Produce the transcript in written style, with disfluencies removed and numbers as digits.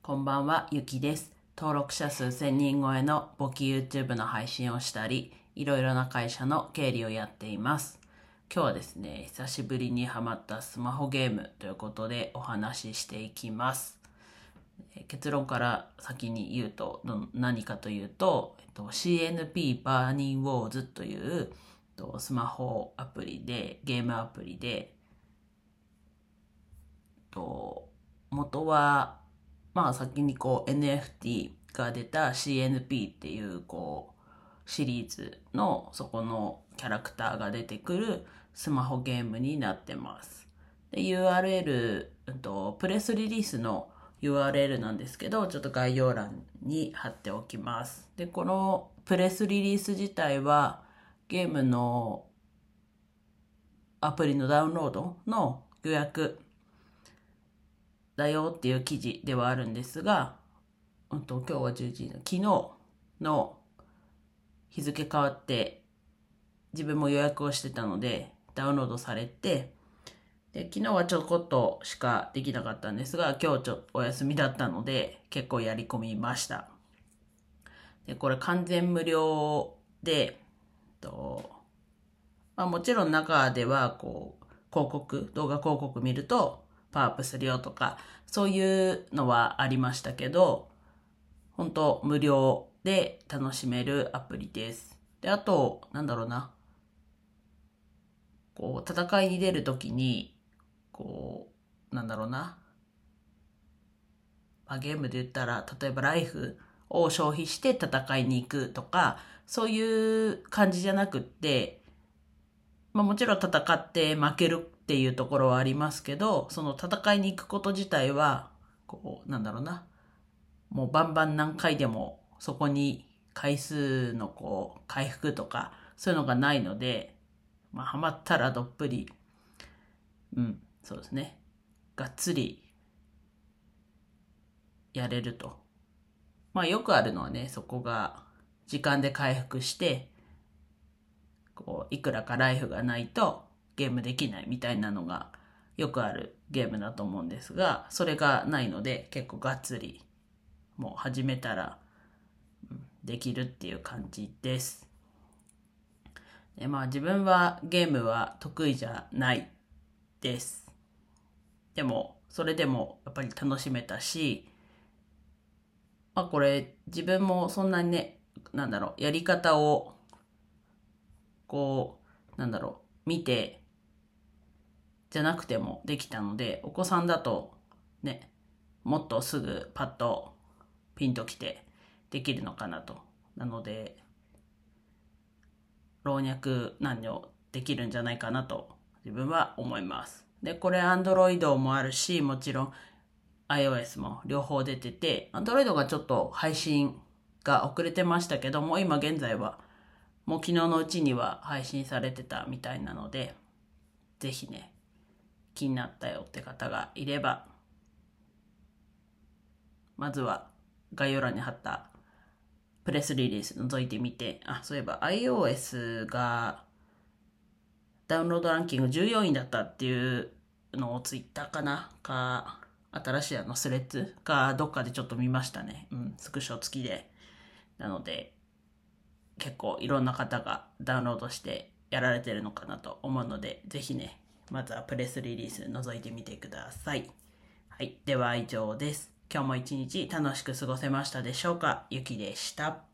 こんばんは、ゆきです。登録者数1000人超えの簿記 YouTube の配信をしたり、いろいろな会社の経理をやっています。今日はですね、久しぶりにハマったスマホゲームということでお話ししていきます。結論から先に言うと何かというと、CNP バーニングウォーズというスマホアプリで、ゲームアプリで、元は先にNFT が出た CNP っていうシリーズのそこのキャラクターが出てくるスマホゲームになってます。で URL、プレスリリースの URL なんですけど、ちょっと概要欄に貼っておきます。で、このプレスリリース自体はゲームのアプリのダウンロードの予約だよっていう記事ではあるんですが、今日は11時の昨日の日付変わって自分も予約をしてたのでダウンロードされて、で昨日はちょこっとしかできなかったんですが、今日ちょっとお休みだったので結構やり込みました。でこれ完全無料で、もちろん中では動画広告見るとパワーアップするよとかそういうのはありましたけど、本当無料で楽しめるアプリです。で、あと、戦いに出るときに、ゲームで言ったら、例えばライフを消費して戦いに行くとか、そういう感じじゃなくって、もちろん戦って負けるっていうところはありますけど、その戦いに行くこと自体は、もうバンバン何回でもそこに回数の回復とかそういうのがないので、ハマったらどっぷり、そうですね、がっつりやれると。よくあるのはね、そこが時間で回復していくらかライフがないとゲームできないみたいなのがよくあるゲームだと思うんですが、それがないので結構がっつりもう始めたらできるっていう感じです。で自分はゲームは得意じゃないです。でもそれでもやっぱり楽しめたし、これ自分もそんなにね、やり方を見てじゃなくてもできたので、お子さんだとね、もっとすぐパッとピンときてできるのかなと。なので老若男女できるんじゃないかなと自分は思います。で、これ Android もあるし、もちろん iOS も両方出てて、Android がちょっと配信が遅れてましたけども、今現在はもう昨日のうちには配信されてたみたいなので、ぜひね、気になったよって方がいれば、まずは概要欄に貼ったプレスリリース覗いてみて、そういえば iOS がダウンロードランキング14位だったっていうのをツイッター新しいスレッズかどっかでちょっと見ましたね。スクショ付きで。なので、結構いろんな方がダウンロードしてやられてるのかなと思うので、ぜひね、まずはプレスリリース覗いてみてください。はい。では以上です。今日も一日楽しく過ごせましたでしょうか？ゆきでした。